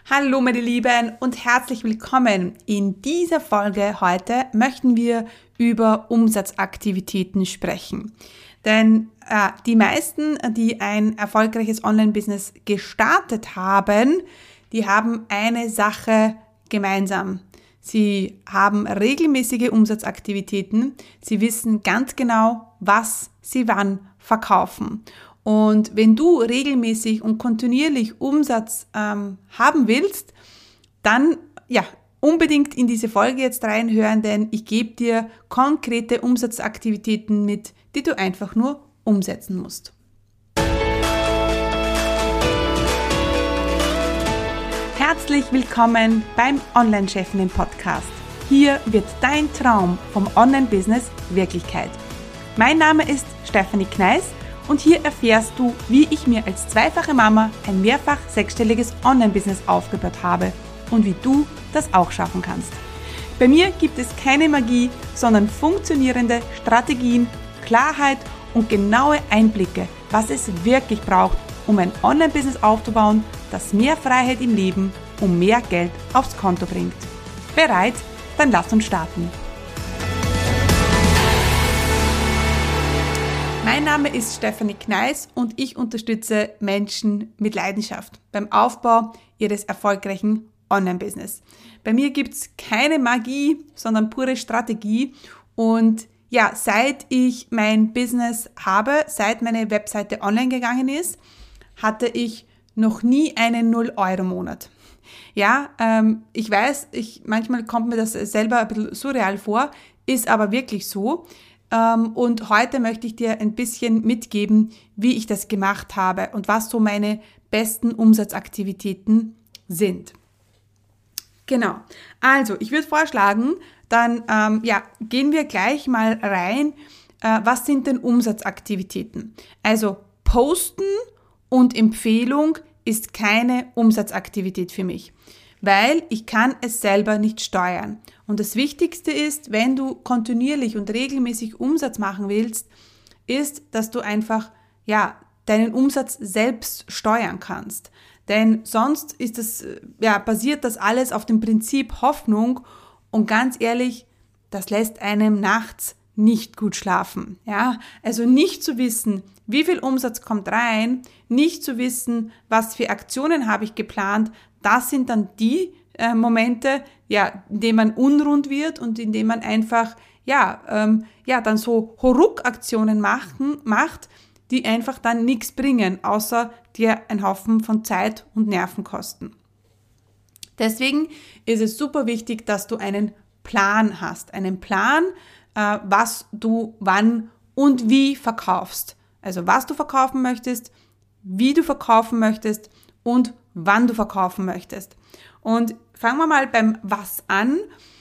Hallo meine Lieben und herzlich willkommen. In dieser Folge heute möchten wir über Umsatzaktivitäten sprechen. Denn die meisten, die ein erfolgreiches Online-Business gestartet haben, die haben eine Sache gemeinsam. Sie haben regelmäßige Umsatzaktivitäten. Sie wissen ganz genau, was sie wann verkaufen. Und wenn du regelmäßig und kontinuierlich Umsatz haben willst, dann unbedingt in diese Folge jetzt reinhören, denn ich gebe dir konkrete Umsatzaktivitäten mit, die du einfach nur umsetzen musst. Herzlich willkommen beim Online-Chefinnen-Podcast. Hier wird dein Traum vom Online-Business Wirklichkeit. Mein Name ist Stefanie Kneis und hier erfährst du, wie ich mir als zweifache Mama ein mehrfach sechsstelliges Online-Business aufgebaut habe und wie du das auch schaffen kannst. Bei mir gibt es keine Magie, sondern funktionierende Strategien, Klarheit und genaue Einblicke, was es wirklich braucht, um ein Online-Business aufzubauen, das mehr Freiheit im Leben und mehr Geld aufs Konto bringt. Bereit? Dann lass uns starten. Mein Name ist Stefanie Kneis und ich unterstütze Menschen mit Leidenschaft beim Aufbau ihres erfolgreichen Online-Business. Bei mir gibt es keine Magie, sondern pure Strategie und seit ich mein Business habe, seit meine Webseite online gegangen ist, hatte ich noch nie einen 0-Euro-Monat. Ich weiß, manchmal kommt mir das selber ein bisschen surreal vor, ist aber wirklich so. Und heute möchte ich dir ein bisschen mitgeben, wie ich das gemacht habe und was so meine besten Umsatzaktivitäten sind. Genau. Also, ich würde vorschlagen, dann gehen wir gleich mal rein. Was sind denn Umsatzaktivitäten? Also, Posten und Empfehlung ist keine Umsatzaktivität für mich, weil ich kann es selber nicht steuern. Und das Wichtigste ist, wenn du kontinuierlich und regelmäßig Umsatz machen willst, ist, dass du einfach deinen Umsatz selbst steuern kannst. Denn sonst ist basiert das alles auf dem Prinzip Hoffnung und ganz ehrlich, das lässt einem nachts nicht gut schlafen. Also nicht zu wissen, wie viel Umsatz kommt rein, nicht zu wissen, was für Aktionen habe ich geplant, das sind dann die Momente, in denen man unrund wird und in denen man einfach dann so Hauruck-Aktionen macht, die einfach dann nichts bringen, außer dir einen Haufen von Zeit und Nerven kosten. Deswegen ist es super wichtig, dass du einen Plan hast, was du wann und wie verkaufst. Also was du verkaufen möchtest, wie du verkaufen möchtest und wann du verkaufen möchtest. Und fangen wir mal beim Was an.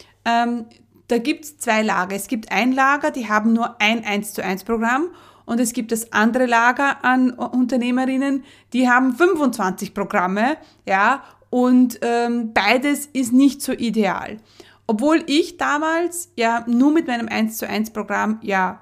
Da gibt es zwei Lager. Es gibt ein Lager, die haben nur ein 1:1 Programm und es gibt das andere Lager an Unternehmerinnen, die haben 25 Programme, und beides ist nicht so ideal. Obwohl ich damals nur mit meinem 1:1 Programm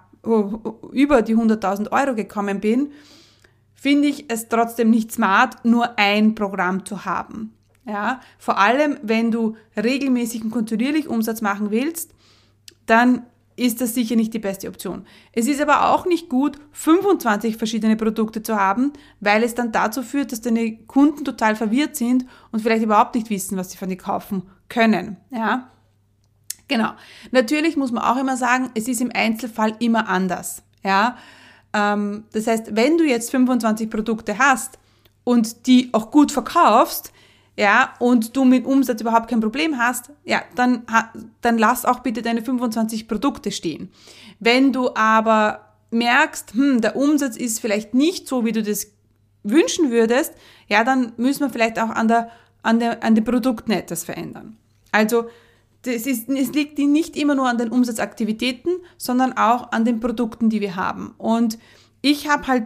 über die 100.000 Euro gekommen bin, finde ich es trotzdem nicht smart, nur ein Programm zu haben. Vor allem, wenn du regelmäßig und kontinuierlich Umsatz machen willst, dann ist das sicher nicht die beste Option. Es ist aber auch nicht gut, 25 verschiedene Produkte zu haben, weil es dann dazu führt, dass deine Kunden total verwirrt sind und vielleicht überhaupt nicht wissen, was sie von dir kaufen können. Genau. Natürlich muss man auch immer sagen, es ist im Einzelfall immer anders. Das heißt, wenn du jetzt 25 Produkte hast und die auch gut verkaufst, und du mit Umsatz überhaupt kein Problem hast, dann lass auch bitte deine 25 Produkte stehen. Wenn du aber merkst, der Umsatz ist vielleicht nicht so, wie du das wünschen würdest, dann müssen wir vielleicht auch an den Produkten etwas verändern. Also, es liegt nicht immer nur an den Umsatzaktivitäten, sondern auch an den Produkten, die wir haben. Und ich habe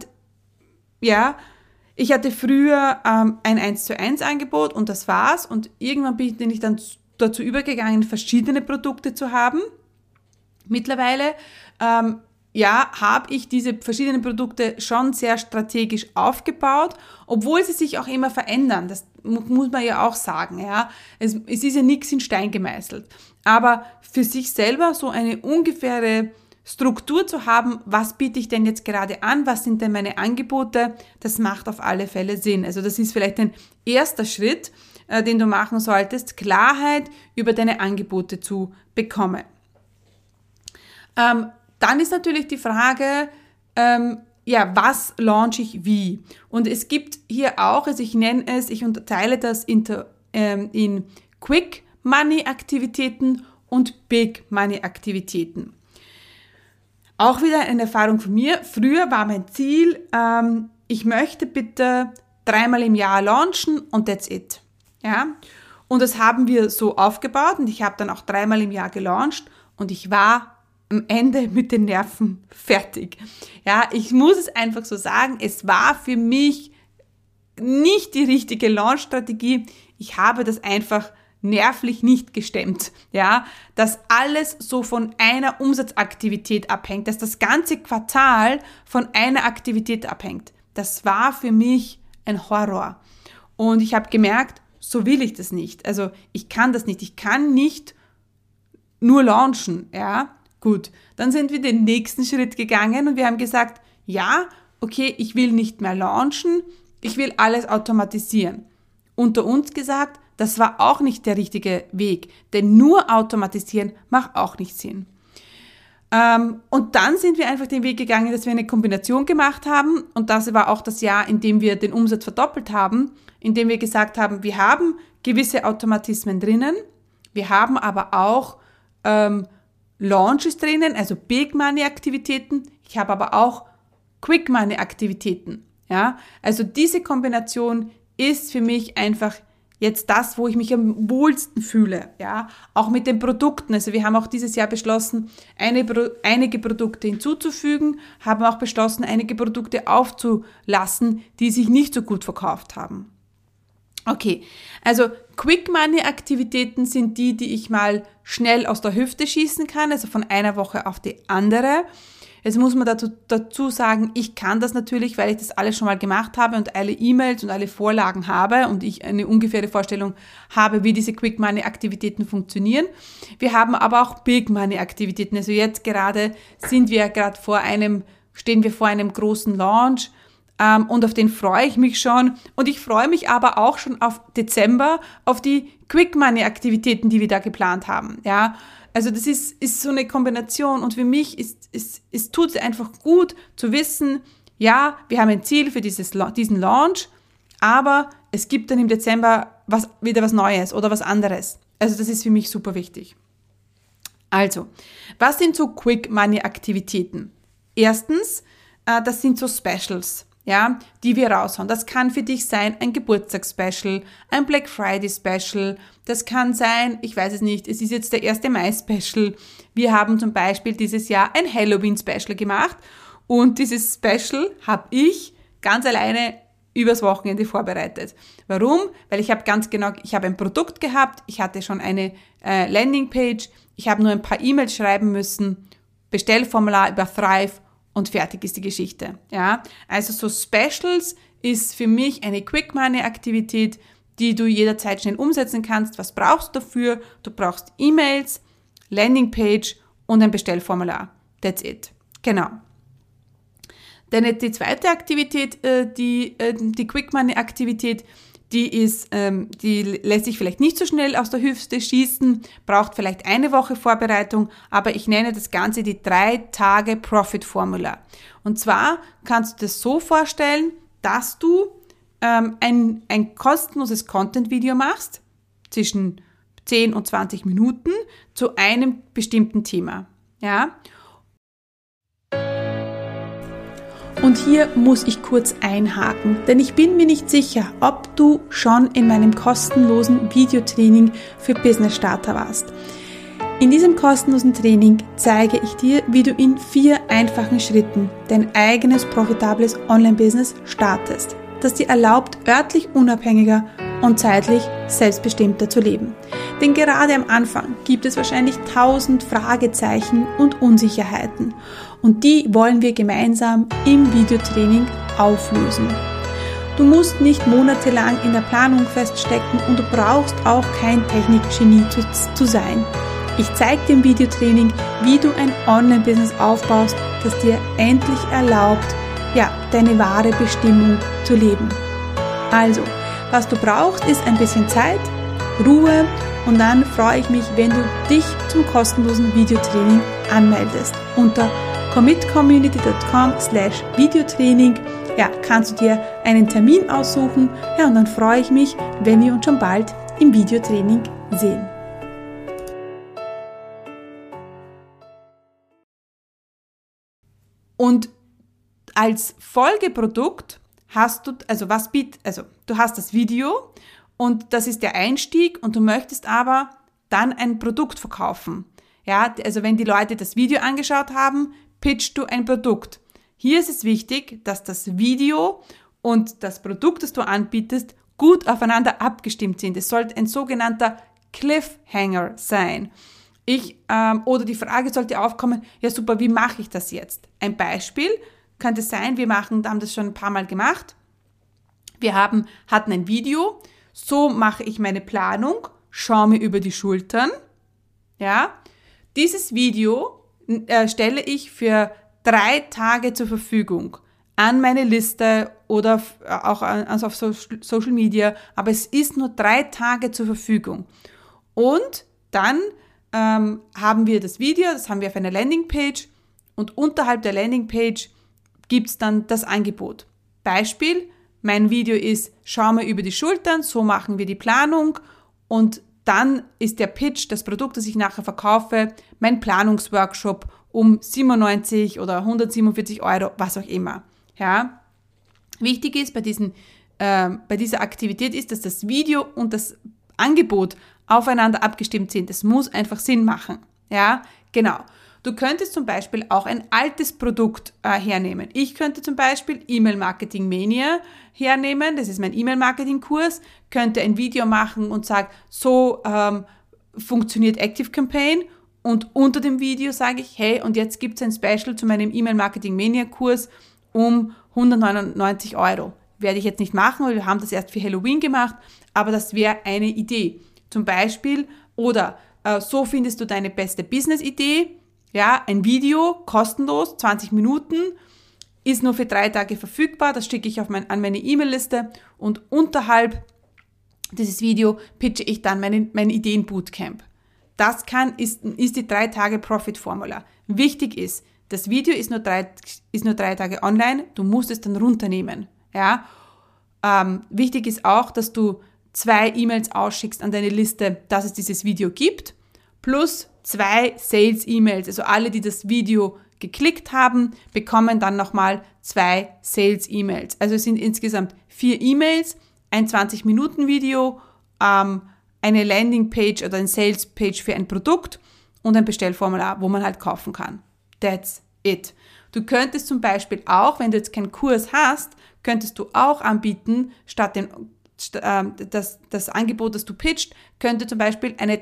ich hatte früher ein 1:1 Angebot und das war's. Und irgendwann bin ich dann dazu übergegangen, verschiedene Produkte zu haben. Mittlerweile habe ich diese verschiedenen Produkte schon sehr strategisch aufgebaut, obwohl sie sich auch immer verändern. Das muss man ja auch sagen. Ja. Es ist ja nichts in Stein gemeißelt. Aber für sich selber so eine ungefähre Struktur zu haben, was biete ich denn jetzt gerade an, was sind denn meine Angebote, das macht auf alle Fälle Sinn. Also das ist vielleicht ein erster Schritt, den du machen solltest, Klarheit über deine Angebote zu bekommen. Dann ist natürlich die Frage, was launche ich wie? Und es gibt hier auch, also ich unterteile das in Quick Money Aktivitäten und Big Money Aktivitäten. Auch wieder eine Erfahrung von mir. Früher war mein Ziel, ich möchte bitte 3-mal im Jahr launchen und that's it. Ja? Und das haben wir so aufgebaut und ich habe dann auch 3-mal im Jahr gelauncht und ich war am Ende mit den Nerven fertig. Ja, ich muss es einfach so sagen, es war für mich nicht die richtige Launch-Strategie. Ich habe das einfach nervlich nicht gestemmt. Ja, dass alles so von einer Umsatzaktivität abhängt, dass das ganze Quartal von einer Aktivität abhängt. Das war für mich ein Horror. Und ich habe gemerkt, so will ich das nicht. Also ich kann das nicht. Ich kann nicht nur launchen, ja. Gut, dann sind wir den nächsten Schritt gegangen und wir haben gesagt, ja, okay, ich will nicht mehr launchen, ich will alles automatisieren. Unter uns gesagt, das war auch nicht der richtige Weg, denn nur automatisieren macht auch nicht Sinn. Und dann sind wir einfach den Weg gegangen, dass wir eine Kombination gemacht haben und das war auch das Jahr, in dem wir den Umsatz verdoppelt haben, in dem wir gesagt haben, wir haben gewisse Automatismen drinnen, wir haben aber auch Launches drinnen, also Big Money Aktivitäten. Ich habe aber auch Quick Money Aktivitäten. Ja, also diese Kombination ist für mich einfach jetzt das, wo ich mich am wohlsten fühle. Ja, auch mit den Produkten. Also wir haben auch dieses Jahr beschlossen, einige Produkte hinzuzufügen, haben auch beschlossen, einige Produkte aufzulassen, die sich nicht so gut verkauft haben. Okay, also Quick Money Aktivitäten sind die ich mal schnell aus der Hüfte schießen kann, also von einer Woche auf die andere. Jetzt muss man dazu sagen, ich kann das natürlich, weil ich das alles schon mal gemacht habe und alle E-Mails und alle Vorlagen habe und ich eine ungefähre Vorstellung habe, wie diese Quick Money Aktivitäten funktionieren. Wir haben aber auch Big Money Aktivitäten, also jetzt gerade stehen wir vor einem großen Launch. Und auf den freue ich mich schon. Und ich freue mich aber auch schon auf Dezember, auf die Quick Money Aktivitäten, die wir da geplant haben. Ja, also das ist so eine Kombination. Und für mich es tut es einfach gut zu wissen, ja, wir haben ein Ziel für diesen Launch, aber es gibt dann im Dezember wieder was Neues oder was anderes. Also das ist für mich super wichtig. Also, was sind so Quick Money Aktivitäten? Erstens, das sind so Specials. Ja, die wir raushauen. Das kann für dich sein ein Geburtstagsspecial, ein Black Friday Special. Das kann sein, ich weiß es nicht, es ist jetzt der 1. Mai Special. Wir haben zum Beispiel dieses Jahr ein Halloween Special gemacht und dieses Special habe ich ganz alleine übers Wochenende vorbereitet. Warum? Weil ich habe ein Produkt gehabt, ich hatte schon eine Landingpage, ich habe nur ein paar E-Mails schreiben müssen, Bestellformular über Thrive und fertig ist die Geschichte. Ja? Also so Specials ist für mich eine Quick Money Aktivität, die du jederzeit schnell umsetzen kannst. Was brauchst du dafür? Du brauchst E-Mails, Landingpage und ein Bestellformular. That's it. Genau. Denn die zweite Aktivität, die Quick Money Aktivität, die lässt sich vielleicht nicht so schnell aus der Hüfte schießen, braucht vielleicht eine Woche Vorbereitung, aber ich nenne das Ganze die 3 Tage Profit Formula. Und zwar kannst du das so vorstellen, dass du ein kostenloses Content-Video machst, zwischen 10 und 20 Minuten, zu einem bestimmten Thema. Ja? Und hier muss ich kurz einhaken, denn ich bin mir nicht sicher, ob du schon in meinem kostenlosen Videotraining für Business Starter warst. In diesem kostenlosen Training zeige ich dir, wie du in 4 einfachen Schritten dein eigenes profitables Online-Business startest, das dir erlaubt, örtlich unabhängiger und zeitlich selbstbestimmter zu leben. Denn gerade am Anfang gibt es wahrscheinlich 1000 Fragezeichen und Unsicherheiten. und die wollen wir gemeinsam im Videotraining auflösen. Du musst nicht monatelang in der Planung feststecken und du brauchst auch kein Technikgenie zu sein. Ich zeige dir im Videotraining, wie du ein Online-Business aufbaust, das dir endlich erlaubt, deine wahre Bestimmung zu leben. Also, was du brauchst, ist ein bisschen Zeit, Ruhe und dann freue ich mich, wenn du dich zum kostenlosen Videotraining anmeldest. Unter commitcommunity.com/Videotraining kannst du dir einen Termin aussuchen und dann freue ich mich, wenn wir uns schon bald im Videotraining sehen. Und als Folgeprodukt hast du, du hast das Video und das ist der Einstieg und du möchtest aber dann ein Produkt verkaufen. Ja, also wenn die Leute das Video angeschaut haben, pitchst du ein Produkt. Hier ist es wichtig, dass das Video und das Produkt, das du anbietest, gut aufeinander abgestimmt sind. Es sollte ein sogenannter Cliffhanger sein. Oder die Frage sollte aufkommen, ja super, wie mache ich das jetzt? Ein Beispiel könnte sein, wir haben das schon ein paar Mal gemacht. Wir hatten ein Video, so mache ich meine Planung, schaue mir über die Schultern. Ja, dieses Video stelle ich für 3 Tage zur Verfügung an meine Liste oder auch auf Social Media, aber es ist nur 3 Tage zur Verfügung. Und dann haben wir das Video, das haben wir auf einer Landingpage und unterhalb der Landingpage gibt es dann das Angebot. Beispiel, mein Video ist, schau mal über die Schultern, so machen wir die Planung und dann ist der Pitch, das Produkt, das ich nachher verkaufe, mein Planungsworkshop um 97 oder 147 €, was auch immer. Ja? Wichtig ist bei dieser Aktivität ist, dass das Video und das Angebot aufeinander abgestimmt sind. Es muss einfach Sinn machen. Ja, genau. Du könntest zum Beispiel auch ein altes Produkt hernehmen. Ich könnte zum Beispiel E-Mail Marketing Mania hernehmen. Das ist mein E-Mail-Marketing-Kurs. Könnte ein Video machen und sage, so funktioniert Active Campaign. Und unter dem Video sage ich, hey, und jetzt gibt es ein Special zu meinem E-Mail Marketing Mania Kurs um 199 €. Werde ich jetzt nicht machen, weil wir haben das erst für Halloween gemacht, aber das wäre eine Idee. Zum Beispiel, oder so findest du deine beste Business-Idee. Ja, ein Video, kostenlos, 20 Minuten, ist nur für 3 Tage verfügbar. Das schicke ich an meine E-Mail-Liste und unterhalb dieses Video pitche ich dann mein Ideen-Bootcamp. Das ist die 3 Tage Profit-Formula. Wichtig ist, das Video ist nur 3 Tage online, du musst es dann runternehmen. Ja? Wichtig ist auch, dass du 2 E-Mails ausschickst an deine Liste, dass es dieses Video gibt, plus 2 Sales-E-Mails. Also alle, die das Video geklickt haben, bekommen dann nochmal 2 Sales-E-Mails. Also es sind insgesamt 4 E-Mails, ein 20-Minuten-Video, eine Landing-Page oder ein Sales-Page für ein Produkt und ein Bestellformular, wo man halt kaufen kann. That's it. Du könntest zum Beispiel auch, wenn du jetzt keinen Kurs hast, könntest du auch anbieten, statt das Angebot, das du pitcht, könnte zum Beispiel eine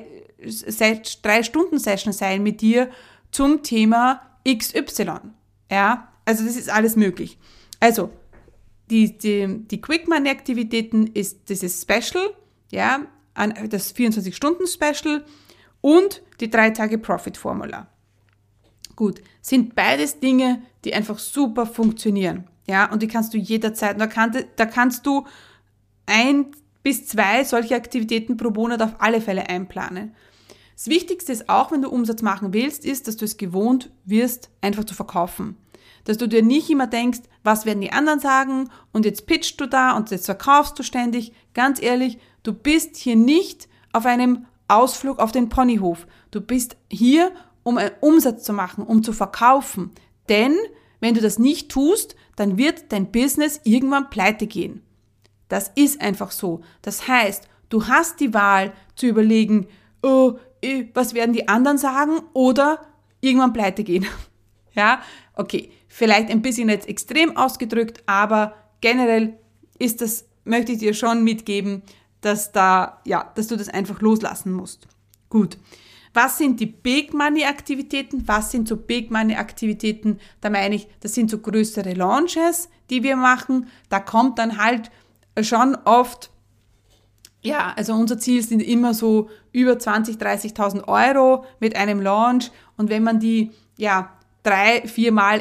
3-Stunden-Session sein mit dir zum Thema XY. Ja, also das ist alles möglich. Also die Quick Money Aktivitäten ist dieses Special, ja, das 24-Stunden-Special und die 3 Tage Profit Formula. Gut, sind beides Dinge, die einfach super funktionieren. Ja, und die kannst du jederzeit, da kannst du 1 bis 2 solche Aktivitäten pro Monat auf alle Fälle einplanen. Das Wichtigste ist auch, wenn du Umsatz machen willst, ist, dass du es gewohnt wirst, einfach zu verkaufen. Dass du dir nicht immer denkst, was werden die anderen sagen und jetzt pitchst du da und jetzt verkaufst du ständig. Ganz ehrlich, du bist hier nicht auf einem Ausflug auf den Ponyhof. Du bist hier, um einen Umsatz zu machen, um zu verkaufen. Denn wenn du das nicht tust, dann wird dein Business irgendwann pleite gehen. Das ist einfach so. Das heißt, du hast die Wahl zu überlegen, oh, was werden die anderen sagen oder irgendwann pleite gehen. Ja, okay, vielleicht ein bisschen jetzt extrem ausgedrückt, aber generell möchte ich dir schon mitgeben, dass du das einfach loslassen musst. Gut. Was sind die Big Money Aktivitäten? Was sind so Big Money Aktivitäten? Da meine ich, das sind so größere Launches, die wir machen. Da kommt dann halt schon oft, ja, also unser Ziel sind immer so über 20.000, 30.000 Euro mit einem Launch. Und wenn man die, 3-4 Mal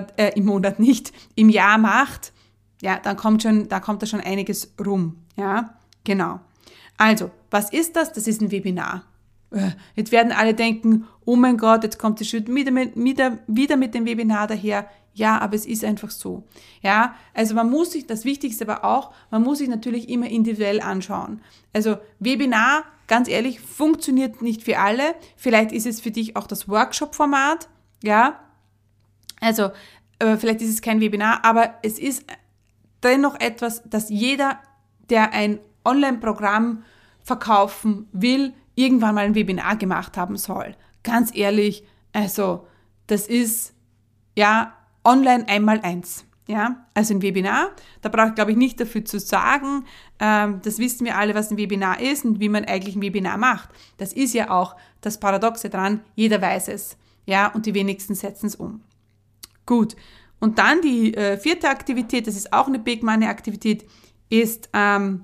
im Jahr macht, ja, dann kommt da schon einiges rum. Ja, genau. Also, was ist das? Das ist ein Webinar. Jetzt werden alle denken, oh mein Gott, jetzt kommt es schon wieder mit dem Webinar daher. Ja, aber es ist einfach so. Ja, also das Wichtigste aber auch, man muss sich natürlich immer individuell anschauen. Also Webinar, ganz ehrlich, funktioniert nicht für alle. Vielleicht ist es für dich auch das Workshop-Format. Ja, also vielleicht ist es kein Webinar, aber es ist dennoch etwas, das jeder, der ein Online-Programm verkaufen will, irgendwann mal ein Webinar gemacht haben soll. Ganz ehrlich, also das ist ja online 1x1. Ja, also ein Webinar, da brauche ich, glaube ich, nicht dafür zu sagen, das wissen wir alle, was ein Webinar ist und wie man eigentlich ein Webinar macht. Das ist ja auch das Paradoxe dran, jeder weiß es, ja, und die wenigsten setzen es um. Gut, und dann die 4. Aktivität, das ist auch eine Big Money Aktivität, ist ein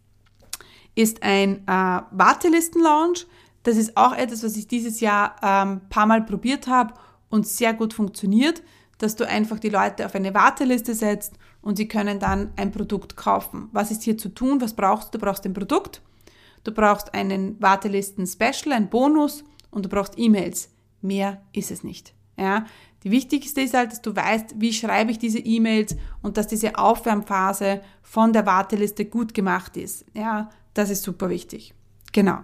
Wartelisten-Launch. Das ist auch etwas, was ich dieses Jahr ein paar Mal probiert habe und sehr gut funktioniert, dass du einfach die Leute auf eine Warteliste setzt und sie können dann ein Produkt kaufen. Was ist hier zu tun? Was brauchst du? Du brauchst ein Produkt, du brauchst einen Wartelisten-Special, einen Bonus und du brauchst E-Mails. Mehr ist es nicht. Ja? Die wichtigste ist halt, dass du weißt, wie schreibe ich diese E-Mails und dass diese Aufwärmphase von der Warteliste gut gemacht ist. Ja, das ist super wichtig. Genau.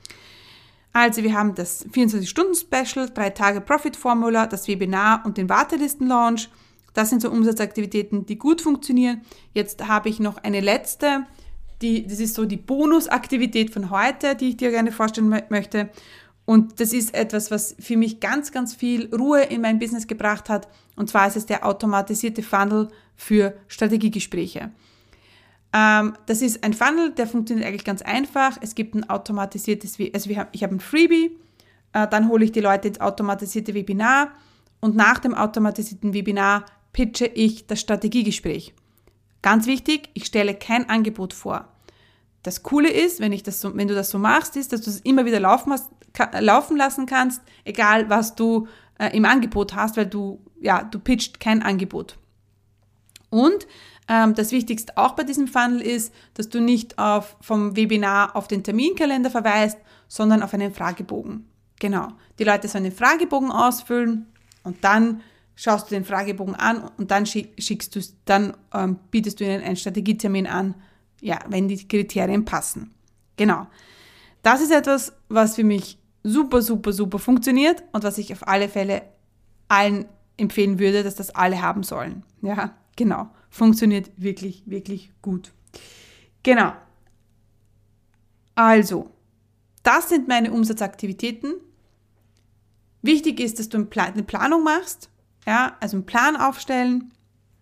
Also wir haben das 24-Stunden-Special, 3 Tage Profit-Formula, das Webinar und den Wartelisten-Launch. Das sind so Umsatzaktivitäten, die gut funktionieren. Jetzt habe ich noch eine letzte, das ist so die Bonusaktivität von heute, die ich dir gerne vorstellen möchte. Und das ist etwas, was für mich ganz, ganz viel Ruhe in mein Business gebracht hat. Und zwar ist es der automatisierte Funnel für Strategiegespräche. Das ist ein Funnel, der funktioniert eigentlich ganz einfach. Es gibt ein automatisiertes, ich habe ein Freebie, dann hole ich die Leute ins automatisierte Webinar und nach dem automatisierten Webinar pitche ich das Strategiegespräch. Ganz wichtig, ich stelle kein Angebot vor. Das Coole ist, wenn du das so machst, ist, dass du es immer wieder laufen lassen kannst, egal was du im Angebot hast, weil du pitcht kein Angebot. Und das Wichtigste auch bei diesem Funnel ist, dass du nicht vom Webinar auf den Terminkalender verweist, sondern auf einen Fragebogen. Genau. Die Leute sollen den Fragebogen ausfüllen und dann schaust du den Fragebogen an und dann bietest du ihnen einen Strategietermin an, ja, wenn die Kriterien passen. Genau. Das ist etwas, was für mich super, super, super funktioniert und was ich auf alle Fälle allen empfehlen würde, dass das alle haben sollen. Ja, genau. Funktioniert wirklich, wirklich gut. Genau. Also, das sind meine Umsatzaktivitäten. Wichtig ist, dass du eine Planung machst, ja, also einen Plan aufstellen,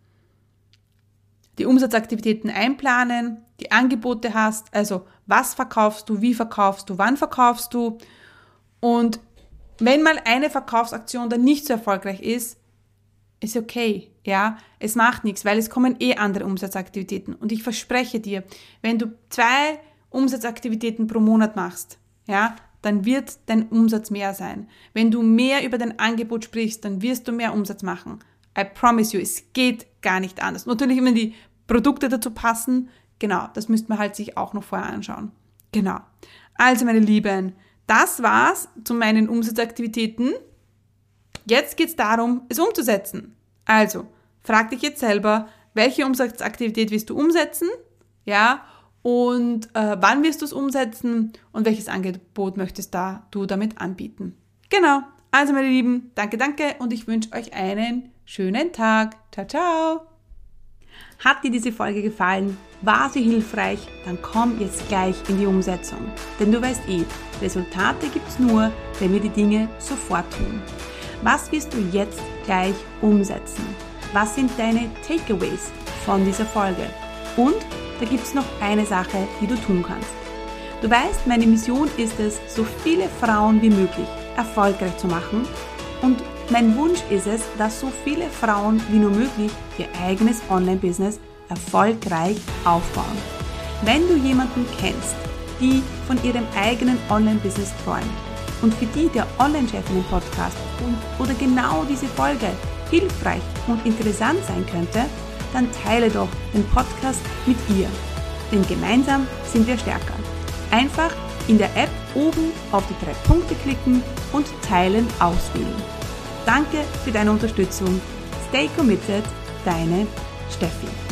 die Umsatzaktivitäten einplanen, die Angebote hast, also was verkaufst du, wie verkaufst du, wann verkaufst du. Und wenn mal eine Verkaufsaktion dann nicht so erfolgreich ist okay, ja, es macht nichts, weil es kommen andere Umsatzaktivitäten. Und ich verspreche dir, wenn du 2 Umsatzaktivitäten pro Monat machst, ja, dann wird dein Umsatz mehr sein. Wenn du mehr über dein Angebot sprichst, dann wirst du mehr Umsatz machen. I promise you, es geht gar nicht anders. Natürlich, wenn die Produkte dazu passen, genau, das müsste man halt sich auch noch vorher anschauen. Genau. Also, meine Lieben, das war's zu meinen Umsatzaktivitäten. Jetzt geht es darum, es umzusetzen. Also, frag dich jetzt selber, welche Umsatzaktivität willst du umsetzen? Ja, und wann wirst du es umsetzen und welches Angebot möchtest du damit anbieten? Genau. Also, meine Lieben, danke und ich wünsche euch einen schönen Tag. Ciao, ciao. Hat dir diese Folge gefallen? War sie hilfreich? Dann komm jetzt gleich in die Umsetzung. Denn du weißt Resultate gibt's nur, wenn wir die Dinge sofort tun. Was wirst du jetzt gleich umsetzen? Was sind deine Takeaways von dieser Folge? Und da gibt es noch eine Sache, die du tun kannst. Du weißt, meine Mission ist es, so viele Frauen wie möglich erfolgreich zu machen, und mein Wunsch ist es, dass so viele Frauen wie nur möglich ihr eigenes Online-Business erfolgreich aufbauen. Wenn du jemanden kennst, die von ihrem eigenen Online-Business träumt und für die der Online-Chefinnen-Podcast oder genau diese Folge hilfreich und interessant sein könnte, dann teile doch den Podcast mit ihr. Denn gemeinsam sind wir stärker. Einfach in der App oben auf die 3 Punkte klicken und Teilen auswählen. Danke für deine Unterstützung. Stay committed, deine Steffi.